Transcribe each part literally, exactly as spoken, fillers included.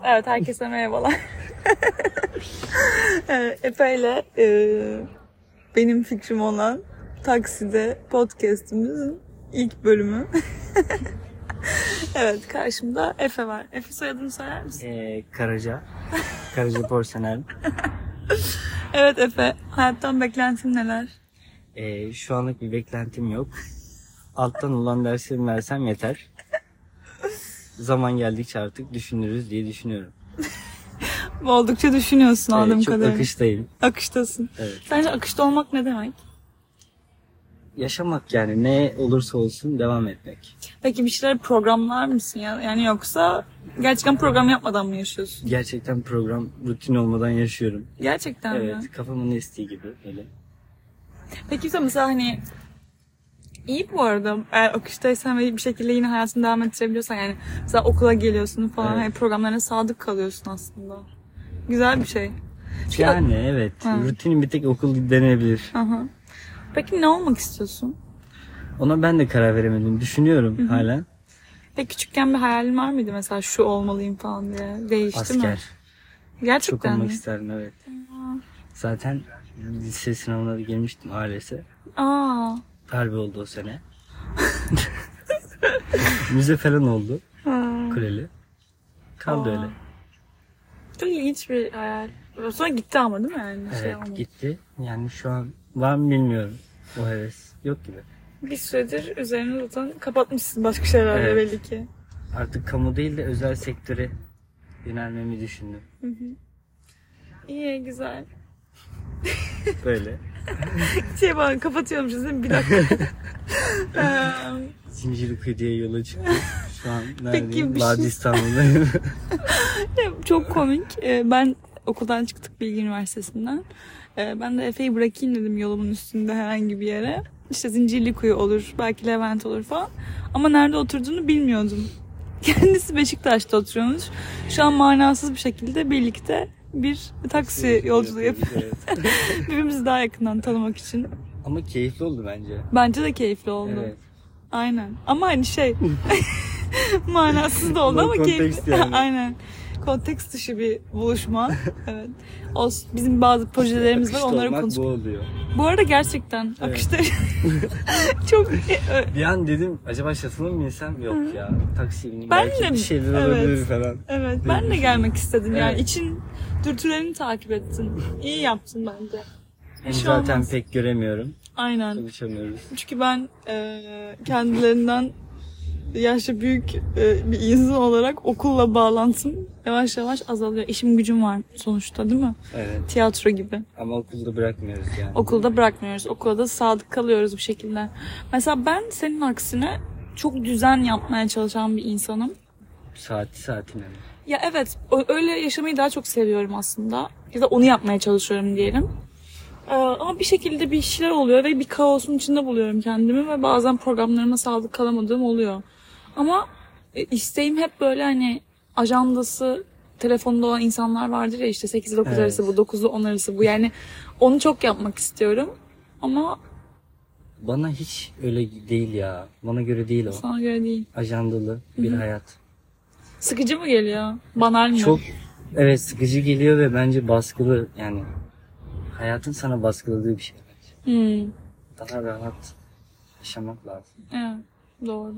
Evet, herkese merhabalar. Efe ile e, benim fikrim olan Takside podcast'imizin ilk bölümü. Evet, karşımda Efe var. Efe, soyadını söyler misin? Ee, Karaca. Karaca Porselen. Evet Efe, hayattan beklentin neler? Ee, şu anlık bir beklentim yok. Alttan olan derslerimi versem yeter. Zaman geldikçe artık düşünürüz diye düşünüyorum. Oldukça düşünüyorsun anladığım evet, çok kadarıyla. Çok akıştayım. Akıştasın. Evet. Sence akışta olmak ne demek? Yaşamak yani, ne olursa olsun devam etmek. Peki bir şeyler programlar mısın ya? Yani yoksa gerçekten program yapmadan mı yaşıyorsun? Gerçekten program, rutin olmadan yaşıyorum. Gerçekten evet, mi? Evet, kafamın estiği gibi öyle. Peki mesela hani iyi bu arada, eğer akıştaysan ve bir şekilde yine hayatını devam ettirebiliyorsan, yani mesela okula geliyorsun falan, evet. Hani programlarına sadık kalıyorsun aslında. Güzel bir şey. Yani evet, ha. Rutinin bir tek okul denebilir. Aha. Peki ne olmak istiyorsun? Ona ben de karar veremedim. Düşünüyorum Hı-hı. hala. Peki küçükken bir hayalin var mıydı mesela, şu olmalıyım falan diye? Değişti Asker. mi? Gerçekten Çok olmak mi? isterdim, evet. Aa. Zaten lise sınavına da girmiştim ailesi. Aa. Harbi oldu o sene. Müze falan oldu. Ha. Kuleli. Kaldı Aa. öyle. Çok ilginç bir hayal. Sonra gitti ama değil mi yani? Evet şey gitti. Yani şu an var mı bilmiyorum. O heves yok gibi. Bir süredir üzerine zaten kapatmışsın başka şeylerle evet. Belli ki. Artık kamu değil de özel sektöre yönelmemi düşündüm. Hı hı. İyi, güzel. Böyle. Şey bana kapatıyormuşuz değil mi? Bir dakika. Zincirlikuyu diye yola çıktım. Şu an neredeyim? Vadi şey... İstanbul'dayım. Çok komik. Ben okuldan çıktık, Bilgi Üniversitesi'nden. Ben de Efe'yi bırakayım dedim yolumun üstünde herhangi bir yere. İşte Zincirlikuyu olur, belki Levent olur falan. Ama nerede oturduğunu bilmiyordum. Kendisi Beşiktaş'ta oturuyormuş. Şu an manasız bir şekilde birlikte bir taksi yolculuğu yapıyoruz. Evet. Birbirimizi daha yakından tanımak için. Ama keyifli oldu bence. Bence de keyifli oldu. Evet. Aynen. Ama hani şey manasız da oldu ama keyifli. Yani. Aynen. Konteks dışı bir buluşma. Evet. O, bizim bazı projelerimiz akışta var, onları konuşuyoruz. Bu oluyor. Bu arada gerçekten evet. Akışta çok bir an dedim acaba şatılı mı binsem, yok Hı. ya taksiye bineyim, ben belki de, bir şeyler evet, olabilir falan. Evet, ben de gelmek istedim yani, evet. İçin dürtülerini takip ettin. İyi yaptın bence. Hem zaten olmaz. Pek göremiyorum. Aynen. Çalışamıyoruz. Çünkü ben e, kendilerinden yaşça büyük e, bir insan olarak okulla bağlantım yavaş yavaş azalıyor. İşim gücüm var sonuçta, değil mi? Evet. Tiyatro gibi. Ama okulda bırakmıyoruz yani. Okulda bırakmıyoruz. Okulda da sadık kalıyoruz bir şekilde. Mesela ben senin aksine çok düzen yapmaya çalışan bir insanım. Saati saatine mi? Ya evet, öyle yaşamayı daha çok seviyorum aslında. Ya da onu yapmaya çalışıyorum diyelim. Ee, ama bir şekilde bir şeyler oluyor ve bir kaosun içinde buluyorum kendimi ve bazen programlarıma sadık kalamadığım oluyor. Ama e, isteğim hep böyle hani ajandası telefonda olan insanlar vardır ya, işte sekiz dokuz evet. arası bu, dokuz on arası bu, yani onu çok yapmak istiyorum ama bana hiç öyle değil ya. Bana göre değil o. Sana göre değil. Ajandalı bir Hı-hı. hayat. Sıkıcı mı geliyor? Banal mi? Çok evet, sıkıcı geliyor ve bence baskılı, yani hayatın sana baskıladığı bir şey. Hmm. Daha rahat yaşamak lazım. Evet, doğru.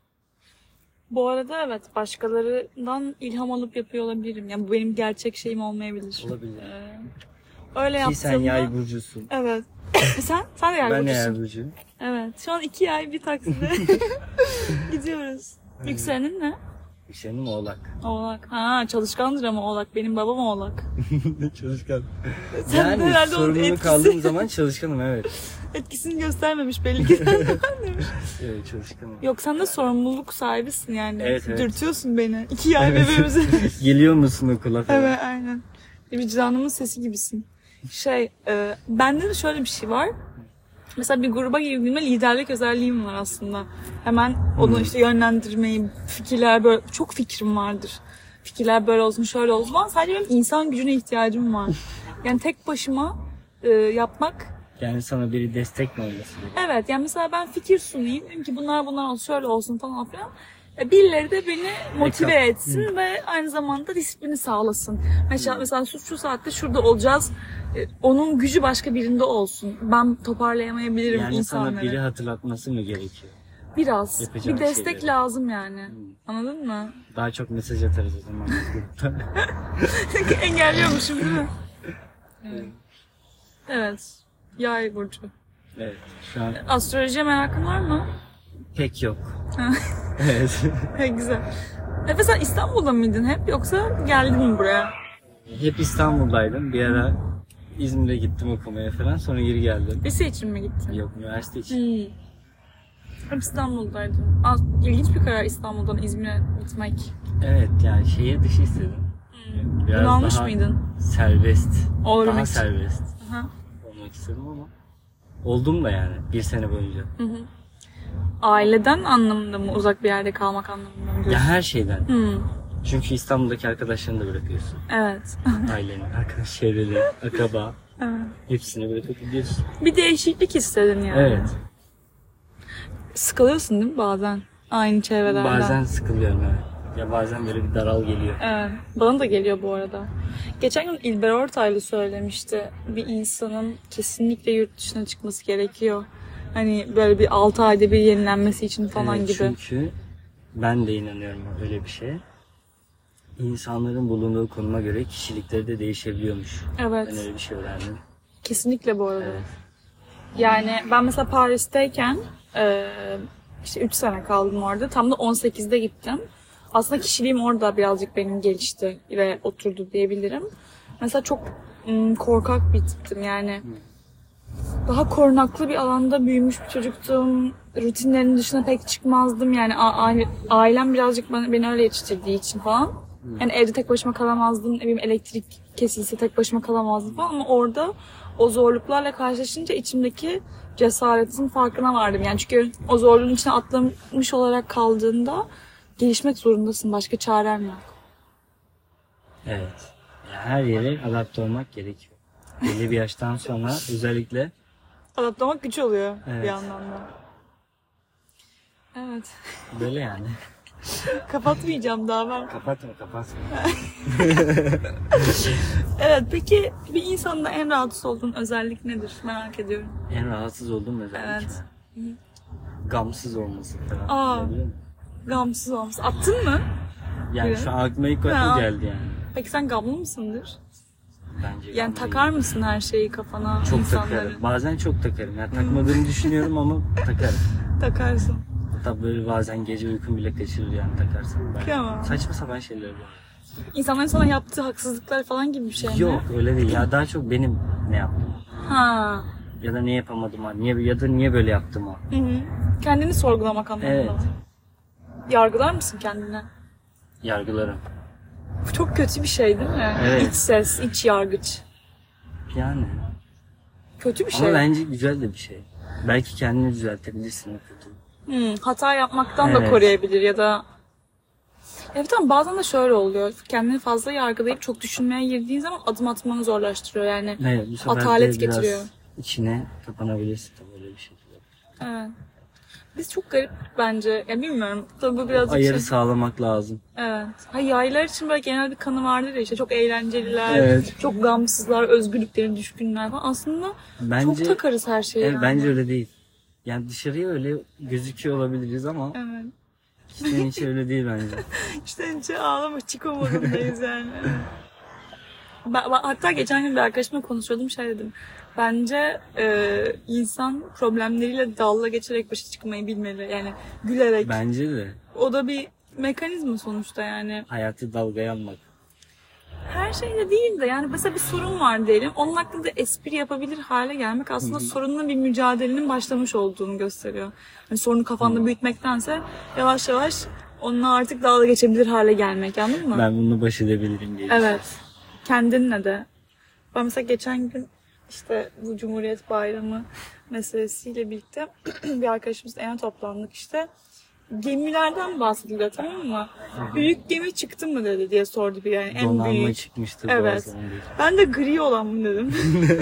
Bu arada evet, başkalarından ilham alıp yapıyor olabilirim. Yani bu benim gerçek şeyim olmayabilir. Olabilir. Ee, öyle Ki yaptığımda... sen yay burcusun. Evet. sen sen de yay ben burcusun. Ben de yay burcuyum. Evet. Şu an iki yay bir takside gidiyoruz. Evet. Yükselenin ne? Yükselenim Oğlak. Oğlak. Ha, çalışkandır ama Oğlak. Benim babam Oğlak. Çalışkan. Sen yani sorumluluk etkisi... kaldığım zaman çalışkanım, evet. Etkisini göstermemiş belli ki. demiş. Evet, çalışkanım. Yok, sen de sorumluluk sahibisin yani. Evet, evet. Dürtüyorsun beni. İki yay bebeğimize. Geliyor musun okula falan? Evet, aynen. Vicdanımın sesi gibisin. Şey, e, bende de şöyle bir şey var. Mesela bir gruba girdiğimde liderlik özelliğim var aslında. Hemen onu hmm. işte yönlendirmeyi, fikirler böyle, çok fikrim vardır. Fikirler böyle olsun, şöyle olsun falan. Sadece benim insan gücüne ihtiyacım var. Yani tek başıma e, yapmak. Yani sana biri destek mi olması? Evet, yani mesela ben fikir sunayım. Dedim ki bunlar bunlar olsun, şöyle olsun falan filan. Birileri de beni motive Ekran. etsin Hı. ve aynı zamanda disiplini sağlasın. Mesela, mesela şu, şu saatte şurada olacağız. E, Onun gücü başka birinde olsun. Ben toparlayamayabilirim Yani insanları. sana biri hatırlatması mı gerekiyor? Biraz. Yapacağım Bir destek şeyleri. lazım yani. Anladın mı? Daha çok mesaj atarız o zaman. Çünkü engelliyormuşum değil mi? Evet. Evet. Yay burcu. Evet. Şu an Astrolojiye merakın var mı? pek yok. Evet. Güzel. Efe sen İstanbul'da mıydın hep yoksa geldin mi buraya? Hep İstanbul'daydım. Bir ara İzmir'e gittim okumaya falan. Sonra geri geldim. Lise için mi gittin? Yok, üniversite için. Hmm. Hep İstanbul'daydım. Az, ilginç bir karar İstanbul'dan İzmir'e gitmek. Evet, yani şehir dışı istedim. Hmm. Biraz Bunalmış daha mıydın? serbest. Olabilmek Daha için. serbest Aha. olmak istedim ama oldum da yani bir sene boyunca. Hı hı. Aileden anlamında mı? Uzak bir yerde kalmak anlamında mı Ya diyorsun? her şeyden. Hmm. Çünkü İstanbul'daki arkadaşlarını da bırakıyorsun. Evet. Ailenin, arkadaş çevreni, akraba Evet. hepsini bırakıp gidiyorsun. Bir değişiklik istedin yani. Evet. Sıkılıyorsun değil mi bazen? Aynı çevrelerden. Bazen sıkılıyorum evet. Ya bazen böyle bir daral geliyor. Evet. Bana da geliyor bu arada. Geçen gün İlber Ortaylı söylemişti. Bir insanın kesinlikle yurt dışına çıkması gerekiyor. Hani böyle bir altı ayda bir yenilenmesi için falan Evet, gibi. çünkü ben de inanıyorum öyle bir şeye. İnsanların bulunduğu konuma göre kişilikleri de değişebiliyormuş. Evet. Ben öyle bir şey öğrendim. Kesinlikle bu arada. Evet. Yani ben mesela Paris'teyken e, işte üç sene kaldım orada. Tam da on sekizde gittim. Aslında kişiliğim orada birazcık benim gelişti ve oturdu diyebilirim. Mesela çok ım, korkak bir tiptim yani. Daha korunaklı bir alanda büyümüş bir çocuktum. Rutinlerin dışına pek çıkmazdım. Yani a- a- ailem birazcık bana, beni öyle yetiştirdiği için falan. Yani evde tek başıma kalamazdım. Evim elektrik kesilse tek başıma kalamazdım falan. Ama orada o zorluklarla karşılaşınca içimdeki cesaretin farkına vardım. Yani çünkü o zorluğun içine atlamış olarak kaldığında gelişmek zorundasın. Başka çaren yok. Evet. Ya her yere adapte olmak gerekiyor. Belli bir yaştan sonra özellikle Adapte olmak güç oluyor Evet. bir yandan da. Evet. böyle yani. Kapatmayacağım daha ben. Kapatma kapatma. Evet, peki bir insanda en rahatsız olduğun özellik nedir? Merak ediyorum. En rahatsız olduğum özellik. Evet. Gamsız olması falan. Aa. Olabilir mi? Gamsız olması. Attın mı? Yani Evet. şu an aklıma ilk Ha. o geldi yani. Peki sen gamlı mısındır? Bence Yani gamlıyım. takar mısın her şeyi kafana, Çok insanları? takarım. Bazen çok takarım. Yani takmadığımı düşünüyorum ama takarım. Takarsın. Hatta böyle bazen gece uykum bile kaçırır yani takarsam. Ben Kıyamam. saçma sapan şeyler bu. İnsanların sana yaptığı haksızlıklar falan gibi bir şey mi? Yok öyle değil. Ya daha çok benim ne yaptım. Ha. Ya da ne yapamadım ha. Niye, ya da niye böyle yaptım ha. Hı hı. Kendini sorgulamak anlamında. Evet. Yargılar mısın kendine? Yargılarım. Bu çok kötü bir şey değil mi? Evet. İç ses, iç yargıç. Yani. Kötü bir Ama şey. bence güzel de bir şey. Belki kendini düzeltebilirsin o kötü. Hmm, hata yapmaktan da Evet. koruyabilir ya da... Evet ama bazen de şöyle oluyor. Kendini fazla yargılayıp çok düşünmeye girdiğin zaman adım atmanı zorlaştırıyor yani. Evet, bu sefer Atalet de biraz getiriyor. içine kapanabilirsin tabii öyle bir şey. Evet. Biz çok garip bence. Ya bilmiyorum. Tabii bu birazcık Ayarı şey... sağlamak lazım. Evet. Ha, yaylar için böyle genel bir kanı vardır ya işte çok eğlenceliler, Evet. çok gamsızlar, özgürlükleri düşkünler falan. Aslında Bence, çok takarız her şeye. evet, yani. bence öyle değil. Yani dışarıya öyle gözüküyor olabiliriz ama Evet. içten içe öyle değil bence. İşte önce ağlama çiko modundayız yani. Ben, ben- hatta geçen gün bir arkadaşımla konuşuyordum şey dedim. Bence e, insan problemleriyle dalga geçerek başa çıkmayı bilmeli. Yani gülerek. Bence de O da bir mekanizma sonuçta yani. hayatı dalgaya almak. Her şeyde değil de yani mesela bir sorun var diyelim. Onun hakkında espri yapabilir hale gelmek aslında sorunla bir mücadelenin başlamış olduğunu gösteriyor. Yani sorunu kafanda büyütmektense yavaş yavaş onunla artık dalga geçebilir hale gelmek, anladın mı? Ben bununla baş edebilirim diye. Evet. Kendinle de. Ben mesela geçen gün işte bu Cumhuriyet Bayramı meselesiyle birlikte bir arkadaşımızla eve toplandık işte. Gemilerden bahsediliyor, tamam mı? Büyük gemi çıktı mı dedi diye sordu bir yani en Donanma büyük. çıkmıştı Evet. bazen diye. Ben de gri olan mı dedim.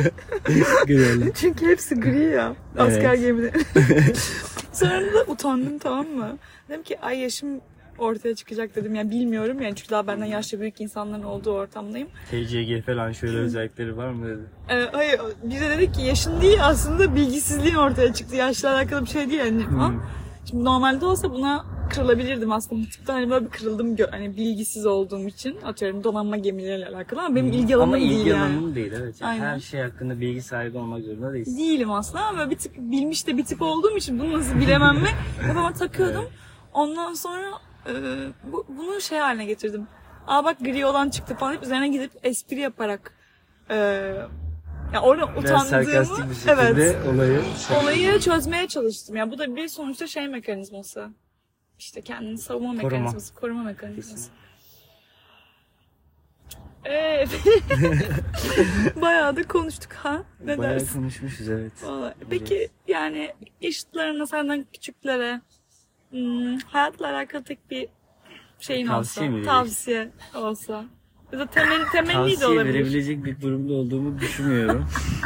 Güzel. Çünkü hepsi gri ya. Asker gemileri. Sonra da utandım, tamam mı? Dedim ki ay yaşım ortaya çıkacak dedim. Yani bilmiyorum yani çünkü daha benden yaşça büyük insanların olduğu ortamdayım. T C G falan şöyle özellikleri var mı dedi. Ee, hayır bize dedi ki yaşın değil aslında bilgisizliğin ortaya çıktı. Yaşla alakalı bir şey değil yani falan. Hmm. Şimdi normalde olsa buna kırılabilirdim aslında. Bir tık da hani böyle bir kırıldım gö- hani bilgisiz olduğum için. Atıyorum donanma gemileriyle alakalı ama benim ilgi alanım Ama değil ilgi yani. alanım değil evet. Yani Aynen. her şey hakkında bilgi sahibi olmak zorunda değilsin. Değilim aslında ama böyle bir tık bilmiş de bir tip olduğum için bunu nasıl bilemem mi kafama takıyordum. Evet. Ondan sonra e, bu, bunu şey haline getirdim. Aa bak gri olan çıktı falan deyip üzerine gidip espri yaparak e, ya orada Biraz utandığımı sarkastik bir şekilde evet, olayı... olayı çözmeye çalıştım. Yani bu da bir sonuçta şey mekanizması. İşte kendini savunma Koruma. mekanizması, koruma mekanizması. Evet. Bayağı da konuştuk ha. Ne Bayağı dersin? konuşmuşuz evet. Vallahi. Peki yani yaşıtlarına senden küçüklere hmm, hayatla alakalı tek bir şeyin Tavsiye mi olsa, diyeceksin? tavsiye olsa ya da temen, temenni de Tavsiye olabilir. verebilecek bir durumda olduğumu düşünmüyorum.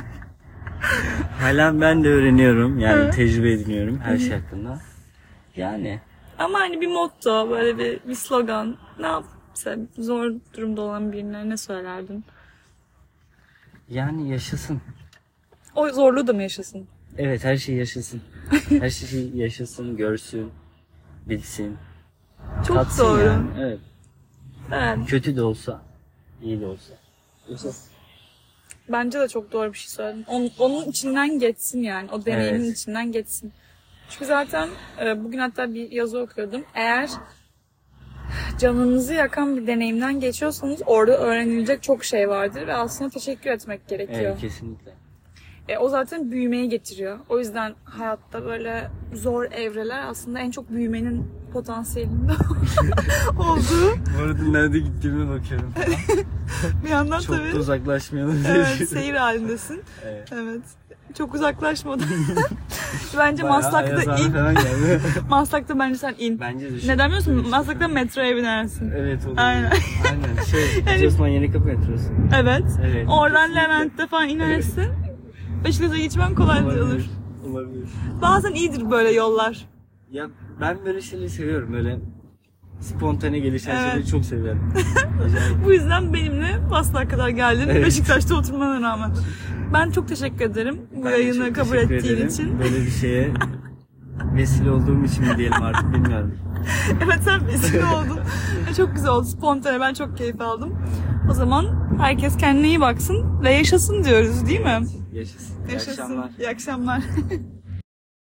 Hala ben de öğreniyorum. Yani tecrübe ediniyorum her şey hakkında. Yani Ama hani bir motto, böyle bir, bir slogan ne yapsa zor durumda olan birine ne söylerdin? yani yaşasın. O zorluğu da mı yaşasın? Evet her şey yaşasın. Her şey yaşasın, görsün, bilsin. Çok Tatsın doğru. yani. Evet. Evet. Kötü de olsa, iyi de olsa. Yaşasın. Bence de çok doğru bir şey söyledin. Onun, onun içinden geçsin yani. O deneyimin Evet. içinden geçsin. Çünkü zaten e, bugün hatta bir yazı okuyordum. Eğer canınızı yakan bir deneyimden geçiyorsanız orada öğrenilecek çok şey vardır ve aslında teşekkür etmek gerekiyor. Evet kesinlikle. E, o zaten büyümeyi getiriyor. O yüzden hayatta böyle zor evreler aslında en çok büyümenin potansiyelinde olduğu. Bu arada nerede gittiğime bakıyorum. Bir yandan Çok tabii da uzaklaşmayalım diye evet, düşünüyorum. seyir halindesin. Evet. Evet. Çok uzaklaşmadı. Bence Bayağı Maslak'ta Ayazane in. falan geldi. Maslak'ta bence sen in. Bence de. Neden biliyor musun? Maslak'ta metroya binersin. Evet olur. Aynen. Aynen. Şey, Hacı Osman Yenikapı metrosu. Evet. Evet. Oradan kesinlikle. Levent'te falan inersin. Beşiktaş'a geçmen kolay olur. Olabilir. Olabilir. Bazen iyidir böyle yollar. Ya ben böyle şeyleri seviyorum. Böyle spontane gelişen Evet. şeyleri çok seviyorum. Acayip. Bu yüzden benimle Maslak'a kadar geldin. Evet. Beşiktaş'ta oturmana rağmen. Ben çok teşekkür ederim bu Ben de yayını çok kabul teşekkür ettiğin ederim. için. Böyle bir şeye vesile olduğum için mi diyelim artık bilmiyorum. Evet sen vesile oldun. Çok güzel oldu. Spontane. Ben çok keyif aldım. O zaman herkes kendine iyi baksın ve yaşasın diyoruz değil mi? Yaşasın. İyi Yaşasın. akşamlar. İyi akşamlar.